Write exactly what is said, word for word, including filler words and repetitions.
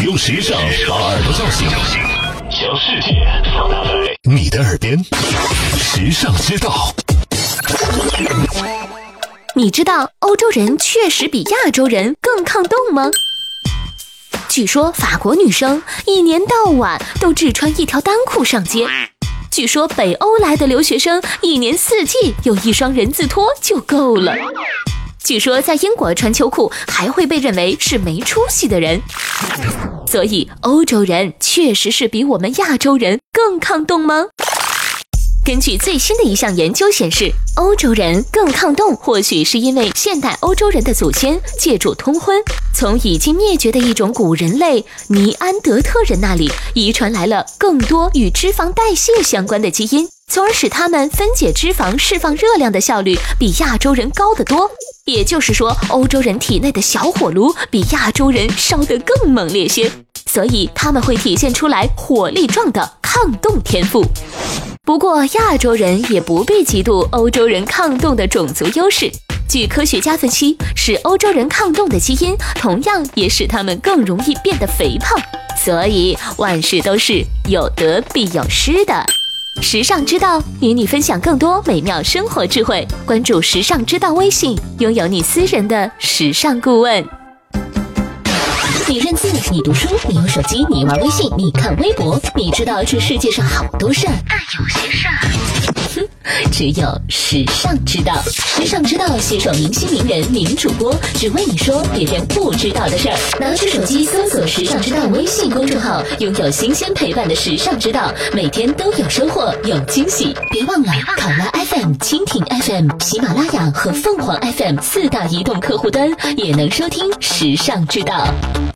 用时尚把耳朵叫醒，将世界放大在你的耳边。时尚之道。 你知道欧洲人确实比亚洲人更抗冻吗？据说法国女生一年到晚都只穿一条单裤上街。据说北欧来的留学生一年四季有一双人字拖就够了。据说在英国穿秋裤还会被认为是没出息的人。所以欧洲人确实是比我们亚洲人更抗冻吗？根据最新的一项研究显示，欧洲人更抗冻或许是因为现代欧洲人的祖先借助通婚，从已经灭绝的一种古人类尼安德特人那里遗传来了更多与脂肪代谢相关的基因，从而使他们分解脂肪释放热量的效率比亚洲人高得多。也就是说，欧洲人体内的小火炉比亚洲人烧得更猛烈些，所以他们会体现出来火力壮的抗冻天赋。不过亚洲人也不必嫉妒欧洲人抗冻的种族优势，据科学家分析，使欧洲人抗冻的基因同样也使他们更容易变得肥胖，所以万事都是有得必有失的。时尚之道与你分享更多美妙生活智慧，关注时尚之道微信，拥有你私人的时尚顾问。你认字，你读书，你用手机，你玩微信，你看微博，你知道这世界上好多事儿，但有些事儿，哼，只有时尚知道。时尚知道携手明星名人名主播，只为你说别人不知道的事儿。拿出手机搜索时尚知道微信公众号，拥有新鲜陪伴的时尚知道，每天都有收获，有惊喜。别忘了考拉 F M、蜻蜓 F M、喜马拉雅和凤凰 F M 四大移动客户端也能收听时尚知道。